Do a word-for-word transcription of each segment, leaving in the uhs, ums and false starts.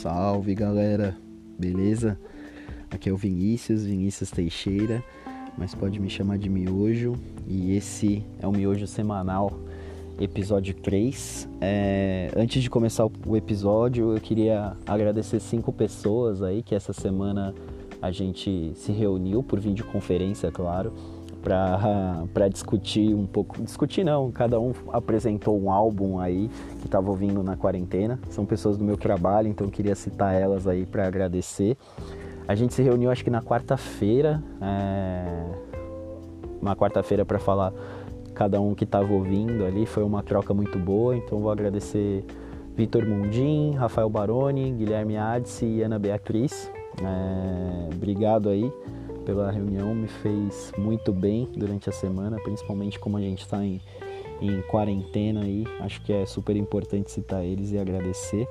Salve galera, beleza? Aqui é o Vinícius, Vinícius Teixeira, mas pode me chamar de Miojo. E esse é o Miojo Semanal, episódio três. É, antes de começar o episódio, eu queria agradecer cinco pessoas aí que essa semana a gente se reuniu por videoconferência, claro, para discutir um pouco. Discutir não, cada um apresentou um álbum aí que estava ouvindo na quarentena. São pessoas do meu trabalho, então eu queria citar elas aí para agradecer. A gente se reuniu acho que na quarta-feira, é... uma quarta-feira para falar cada um que estava ouvindo ali. Foi uma troca muito boa, então vou agradecer Vitor Mundim, Rafael Baroni, Guilherme Adice e Ana Beatriz. É... Obrigado aí pela reunião, me fez muito bem durante a semana, principalmente como a gente está em, em quarentena aí, acho que é super importante citar eles e agradecer.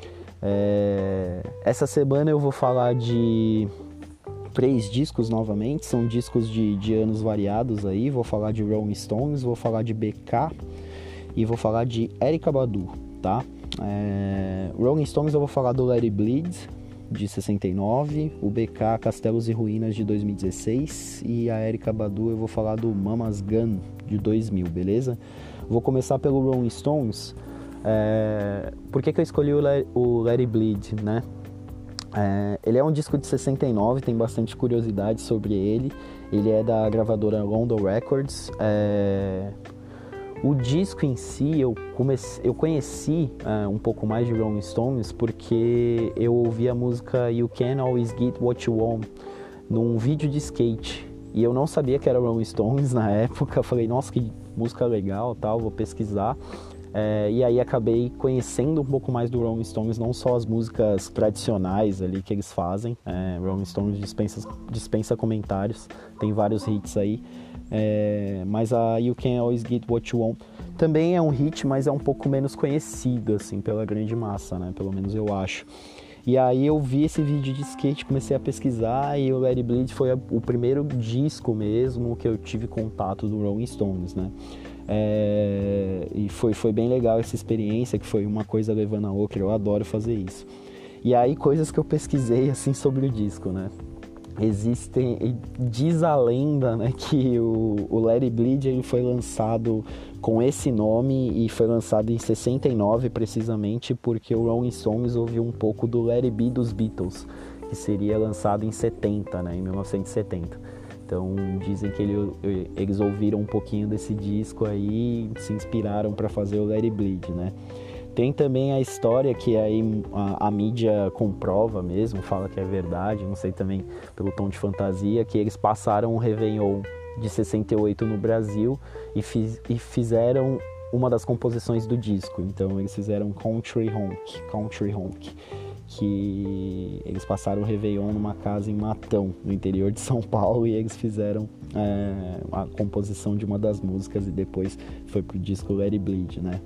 É, essa semana eu vou falar de três discos novamente, são discos de, de anos variados aí, vou falar de Rolling Stones, vou falar de B K e vou falar de Erykah Badu, tá? É, Rolling Stones eu vou falar do Let It Bleed, de sessenta e nove, o B K Castelos e Ruínas de dois mil e dezesseis e a Erykah Badu eu vou falar do Mama's Gun de dois mil, beleza? Vou começar pelo Rolling Stones. É... Por que que eu escolhi o Let, o Let It Bleed, né? É... Ele é um disco de sessenta e nove, tem bastante curiosidade sobre ele. Ele é da gravadora London Records. É... O disco em si, eu, comece... eu conheci uh, um pouco mais de Rolling Stones porque eu ouvi a música You Can Always Get What You Want num vídeo de skate. E eu não sabia que era Rolling Stones na época. Falei, nossa, que música legal, tal, vou pesquisar. É, e aí acabei conhecendo um pouco mais do Rolling Stones, não só as músicas tradicionais ali que eles fazem. É, Rolling Stones dispensa, dispensa comentários, tem vários hits aí. É, mas a You Can Always Get What You Want também é um hit, mas é um pouco menos conhecido assim pela grande massa, né? Pelo menos eu acho. E aí eu vi esse vídeo de skate, comecei a pesquisar e o Let It Bleed foi a, o primeiro disco mesmo que eu tive contato do Rolling Stones, né? É, e foi, foi bem legal essa experiência, que foi uma coisa levando a outra, eu adoro fazer isso. E aí coisas que eu pesquisei assim sobre o disco, né? Existem, diz a lenda, né, que o, o Let It Bleed ele foi lançado com esse nome e foi lançado em sessenta e nove precisamente porque o Rolling Stones ouviu um pouco do Let It Be dos Beatles, que seria lançado em setenta, né, em mil novecentos e setenta. Então dizem que ele, eles ouviram um pouquinho desse disco aí e se inspiraram para fazer o Let It Bleed, né? Tem também a história que aí a, a mídia comprova mesmo, fala que é verdade, não sei também pelo tom de fantasia, que eles passaram o Réveillon de sessenta e oito no Brasil e, fiz, e fizeram uma das composições do disco. Então eles fizeram Country Honk, Country Honk, que eles passaram o Réveillon numa casa em Matão, no interior de São Paulo, e eles fizeram é, a composição de uma das músicas e depois foi pro disco Let It Bleed, né?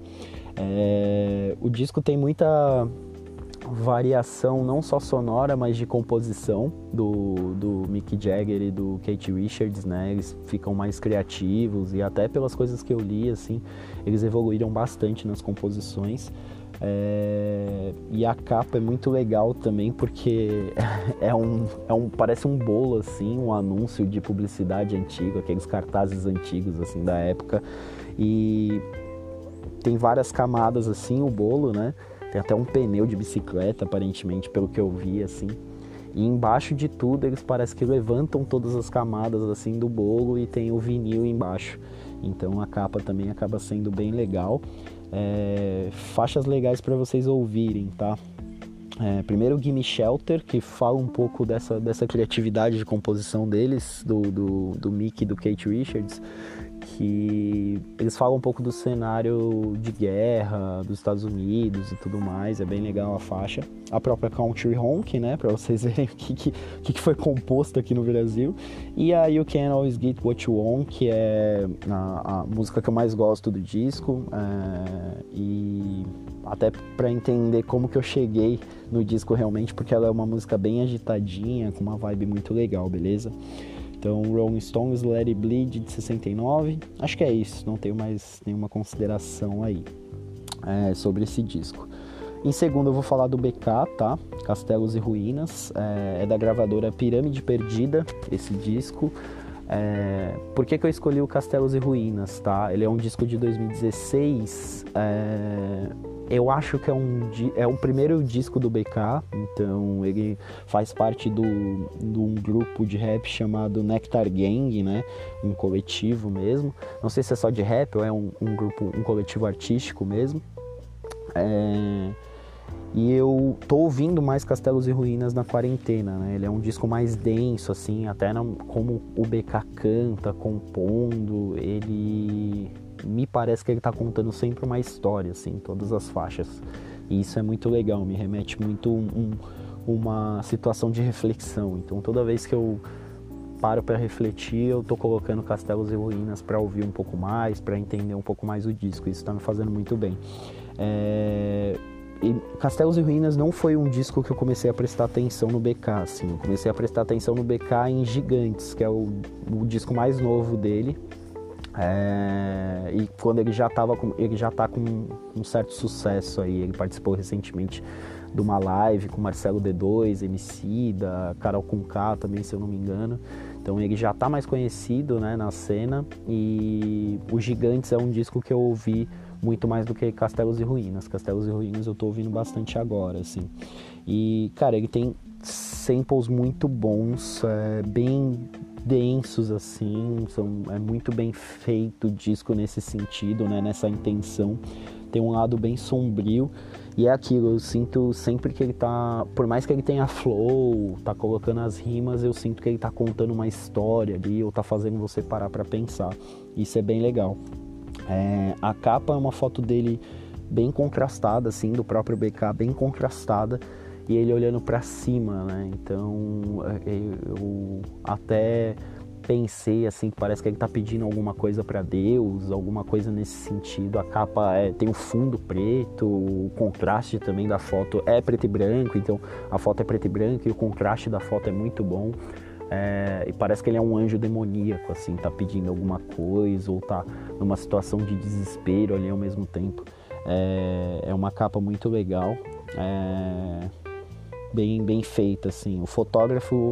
É, o disco tem muita variação, não só sonora, mas de composição do, do Mick Jagger e do Keith Richards, né? Eles ficam mais criativos e até pelas coisas que eu li, assim, eles evoluíram bastante nas composições. É, e a capa é muito legal também porque é um, é um, parece um bolo, assim, um anúncio de publicidade antigo, aqueles cartazes antigos, assim, da época. E tem várias camadas assim o bolo, né? Tem até um pneu de bicicleta, aparentemente, pelo que eu vi, assim. E embaixo de tudo eles parecem que levantam todas as camadas assim do bolo e tem o vinil embaixo. Então a capa também acaba sendo bem legal. É, faixas legais para vocês ouvirem, tá? É, primeiro o Gimme Shelter, que fala um pouco dessa, dessa criatividade de composição deles, do, do, do Mick e do Keith Richards, que eles falam um pouco do cenário de guerra dos Estados Unidos e tudo mais, é bem legal a faixa. A própria Country Honk, né, pra vocês verem o que, que, que foi composto aqui no Brasil. E a You Can Always Get What You Want, que é a, a música que eu mais gosto do disco, é, e até pra entender como que eu cheguei no disco realmente, porque ela é uma música bem agitadinha, com uma vibe muito legal, beleza? Então, Rolling Stones, Let It Bleed, de sessenta e nove. Acho que é isso, não tenho mais nenhuma consideração aí é, sobre esse disco. Em segundo eu vou falar do B K, tá? Castelos e Ruínas, é, é da gravadora Pirâmide Perdida, esse disco. É, por que que eu escolhi o Castelos e Ruínas, tá? Ele é um disco de dois mil e dezesseis, é, eu acho que é um, é o primeiro disco do B K, então ele faz parte do, de um grupo de rap chamado Nectar Gang, né? Um coletivo mesmo, não sei se é só de rap ou é um, um grupo, um coletivo artístico mesmo. É, e eu tô ouvindo mais Castelos e Ruínas na quarentena, né? Ele é um disco mais denso, assim, até não, como o B K canta, compondo, ele... me parece que ele tá contando sempre uma história, assim, todas as faixas. E isso é muito legal, me remete muito a um, uma situação de reflexão. Então toda vez que eu paro para refletir, eu tô colocando Castelos e Ruínas para ouvir um pouco mais, para entender um pouco mais o disco. Isso tá me fazendo muito bem. É... E Castelos e Ruínas não foi um disco que eu comecei a prestar atenção no B K, assim. Eu comecei a prestar atenção no B K em Gigantes, que é o, o disco mais novo dele. É, e quando ele já tava com, ele já tá com um certo sucesso aí, ele participou recentemente de uma live com Marcelo D dois, Emicida, Carol Conká também, se eu não me engano. Então ele já tá mais conhecido, né, na cena, e o Gigantes é um disco que eu ouvi muito mais do que Castelos e Ruínas. Castelos e Ruínas eu tô ouvindo bastante agora, assim. E, cara, ele tem samples muito bons, é, bem densos, assim, são, é muito bem feito o disco nesse sentido, né, nessa intenção. Tem um lado bem sombrio, e é aquilo, eu sinto sempre que ele tá, por mais que ele tenha flow, tá colocando as rimas, eu sinto que ele tá contando uma história ali, ou tá fazendo você parar pra pensar. Isso é bem legal. É, a capa é uma foto dele bem contrastada, assim, do próprio B K, bem contrastada, e ele olhando pra cima, né? Então eu até pensei assim que parece que ele tá pedindo alguma coisa pra Deus, alguma coisa nesse sentido. A capa é, tem o fundo preto, o contraste também da foto é preto e branco, então a foto é preto e branco e o contraste da foto é muito bom. É, e parece que ele é um anjo demoníaco, assim, tá pedindo alguma coisa ou tá numa situação de desespero ali ao mesmo tempo. É, é uma capa muito legal. É, bem, bem feita, assim. O fotógrafo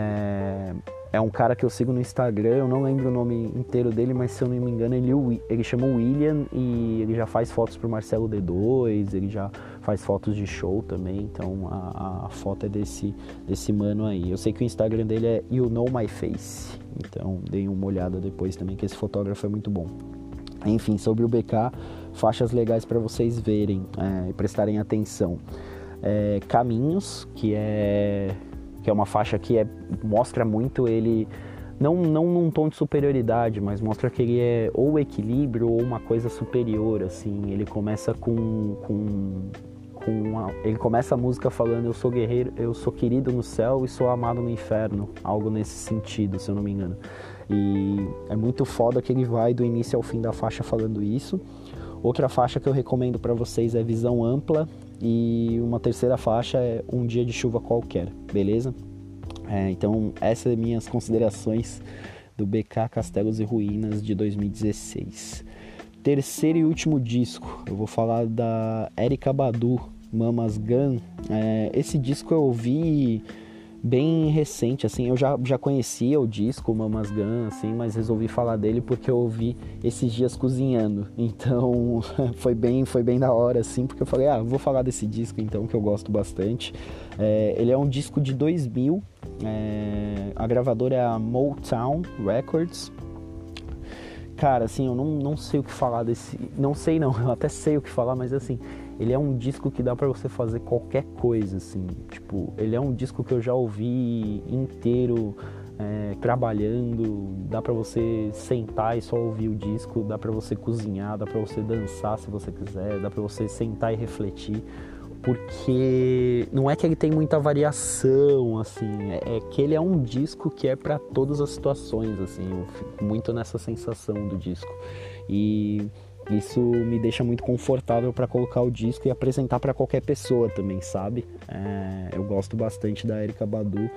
é, é um cara que eu sigo no Instagram, eu não lembro o nome inteiro dele, mas se eu não me engano ele, ele chama William e ele já faz fotos pro Marcelo D dois, ele já faz fotos de show também, então a, a foto é desse, desse mano aí. Eu sei que o Instagram dele é You Know My Face, então deem uma olhada depois também, que esse fotógrafo é muito bom. Enfim, sobre o B K, faixas legais para vocês verem e é, prestarem atenção. É, Caminhos, que é, que é uma faixa que é, mostra muito ele, não, não num tom de superioridade, mas mostra que ele é ou equilíbrio ou uma coisa superior, assim. Ele começa com, com, com uma, ele começa a música falando eu sou guerreiro, eu sou querido no céu e sou amado no inferno, algo nesse sentido, se eu não me engano. E é muito foda que ele vai do início ao fim da faixa falando isso. Outra faixa que eu recomendo para vocês é Visão Ampla, e uma terceira faixa é Um Dia de Chuva Qualquer, beleza? É, então essas são minhas considerações do B K Castelos e Ruínas de dois mil e dezesseis. Terceiro e último disco, eu vou falar da Erykah Badu, Mama's Gun. É, esse disco eu ouvi bem recente, assim, eu já, já conhecia o disco Mama's Gun, assim, mas resolvi falar dele porque eu ouvi esses dias cozinhando, então foi bem, foi bem da hora, assim, porque eu falei, ah, vou falar desse disco então, que eu gosto bastante. É, ele é um disco de dois mil, é, a gravadora é a Motown Records. Cara, assim, eu não, não sei o que falar desse, não sei não, eu até sei o que falar, mas assim, ele é um disco que dá pra você fazer qualquer coisa, assim, tipo, ele é um disco que eu já ouvi inteiro, é, trabalhando, dá pra você sentar e só ouvir o disco, dá pra você cozinhar, dá pra você dançar se você quiser, dá pra você sentar e refletir, porque não é que ele tem muita variação, assim, é, é que ele é um disco que é pra todas as situações, assim, eu fico muito nessa sensação do disco. E isso me deixa muito confortável para colocar o disco e apresentar para qualquer pessoa também, sabe? É, eu gosto bastante da Erykah Badu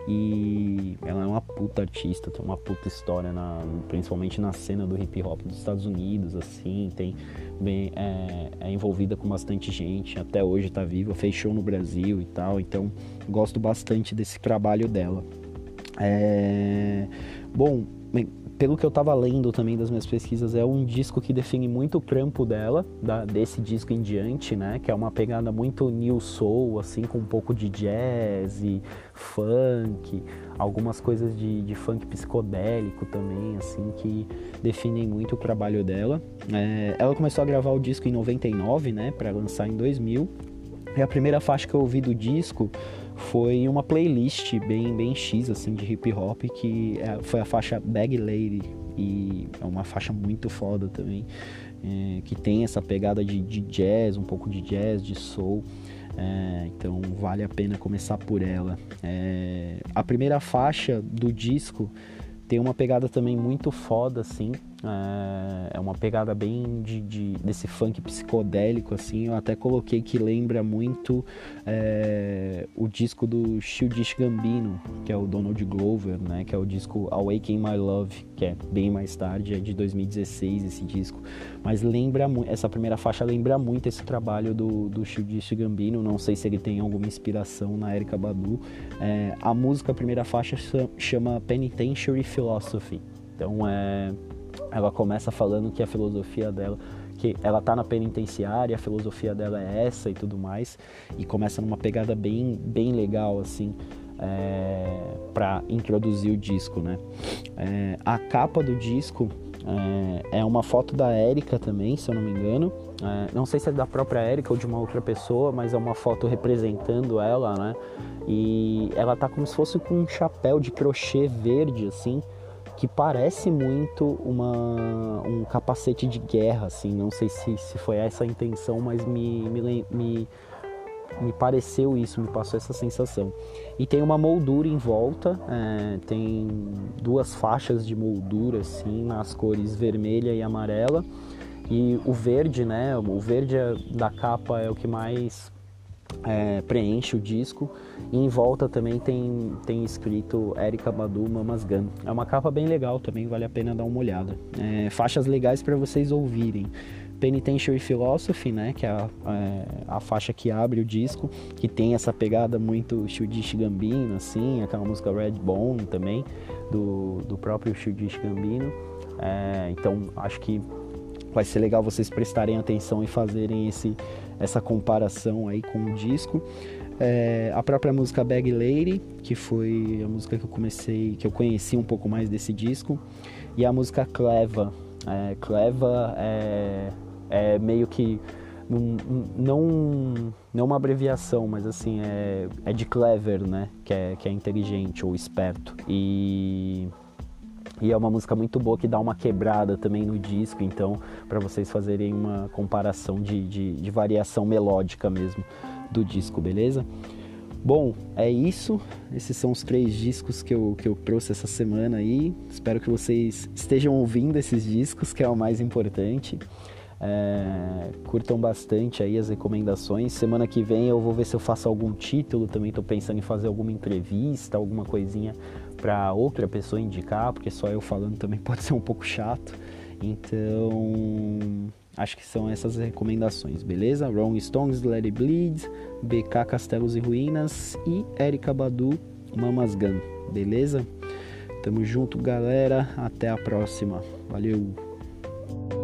e ela é uma puta artista, tem uma puta história, na, principalmente na cena do hip hop dos Estados Unidos, assim, tem bem, é, é envolvida com bastante gente, até hoje tá viva, fez show no Brasil e tal, então gosto bastante desse trabalho dela. É, bom, pelo que eu tava lendo também das minhas pesquisas, é um disco que define muito o trampo dela, da, desse disco em diante, né? Que é uma pegada muito new soul, assim, com um pouco de jazz e funk, algumas coisas de, de funk psicodélico também, assim, que definem muito o trabalho dela. É, ela começou a gravar o disco em noventa e nove, né? Pra lançar em dois mil. E a primeira faixa que eu ouvi do disco foi uma playlist bem, bem X, assim, de hip hop, que foi a faixa Bag Lady, e é uma faixa muito foda também, é, que tem essa pegada de, de jazz, um pouco de jazz, de soul, é, então vale a pena começar por ela. É, a primeira faixa do disco tem uma pegada também muito foda, assim, é uma pegada bem de, de, desse funk psicodélico, assim. Eu até coloquei que lembra muito é, o disco do Childish Gambino, que é o Donald Glover, né, que é o disco Awaken My Love, que é bem mais tarde, é de dois mil e dezesseis esse disco, mas lembra muito, essa primeira faixa lembra muito esse trabalho do, do Childish Gambino. Não sei se ele tem alguma inspiração na Erykah Badu. É, a música, a primeira faixa chama Penitentiary Philosophy, então é... ela começa falando que a filosofia dela, que ela tá na penitenciária, a filosofia dela é essa e tudo mais, e começa numa pegada bem, bem legal, assim, é, para introduzir o disco, né? É, a capa do disco é, é uma foto da Erykah também, se eu não me engano, é, não sei se é da própria Erykah ou de uma outra pessoa, mas é uma foto representando ela, né? E ela tá como se fosse com um chapéu de crochê verde, assim, que parece muito uma, um capacete de guerra, assim, não sei se, se foi essa a intenção, mas me, me, me, me pareceu isso, me passou essa sensação. E tem uma moldura em volta, é, tem duas faixas de moldura, assim, nas cores vermelha e amarela, e o verde, né, o verde da capa é o que mais... É, preenche o disco, e em volta também tem, tem escrito Erykah Badu Mama's Gun. É uma capa bem legal também, vale a pena dar uma olhada. É, faixas legais para vocês ouvirem: Penitentiary Philosophy, né, que é a, é a faixa que abre o disco, que tem essa pegada muito Childish Gambino, assim, aquela música Redbone também, do, do próprio Childish Gambino. É, então acho que vai ser legal vocês prestarem atenção e fazerem esse, essa comparação aí com o disco. É, a própria música Bag Lady, que foi a música que eu comecei, que eu conheci um pouco mais desse disco, e a música Cleva. É, Cleva é, é meio que um, um, não, não uma abreviação, mas assim, é, é de clever, né, que é, que é inteligente ou esperto. E... E é uma música muito boa que dá uma quebrada também no disco, então, para vocês fazerem uma comparação de, de, de variação melódica mesmo do disco, beleza? Bom, é isso. Esses são os três discos que eu, que eu trouxe essa semana aí. Espero que vocês estejam ouvindo esses discos, que é o mais importante. É, curtam bastante aí as recomendações. Semana que vem eu vou ver se eu faço algum título. Também estou pensando em fazer alguma entrevista, alguma coisinha para outra pessoa indicar, porque só eu falando também pode ser um pouco chato. Então, acho que são essas recomendações, beleza? Rolling Stones, Let It Bleed, B K Castelos e Ruínas e Erykah Badu, Mama's Gun, beleza? Tamo junto, galera. Até a próxima. Valeu!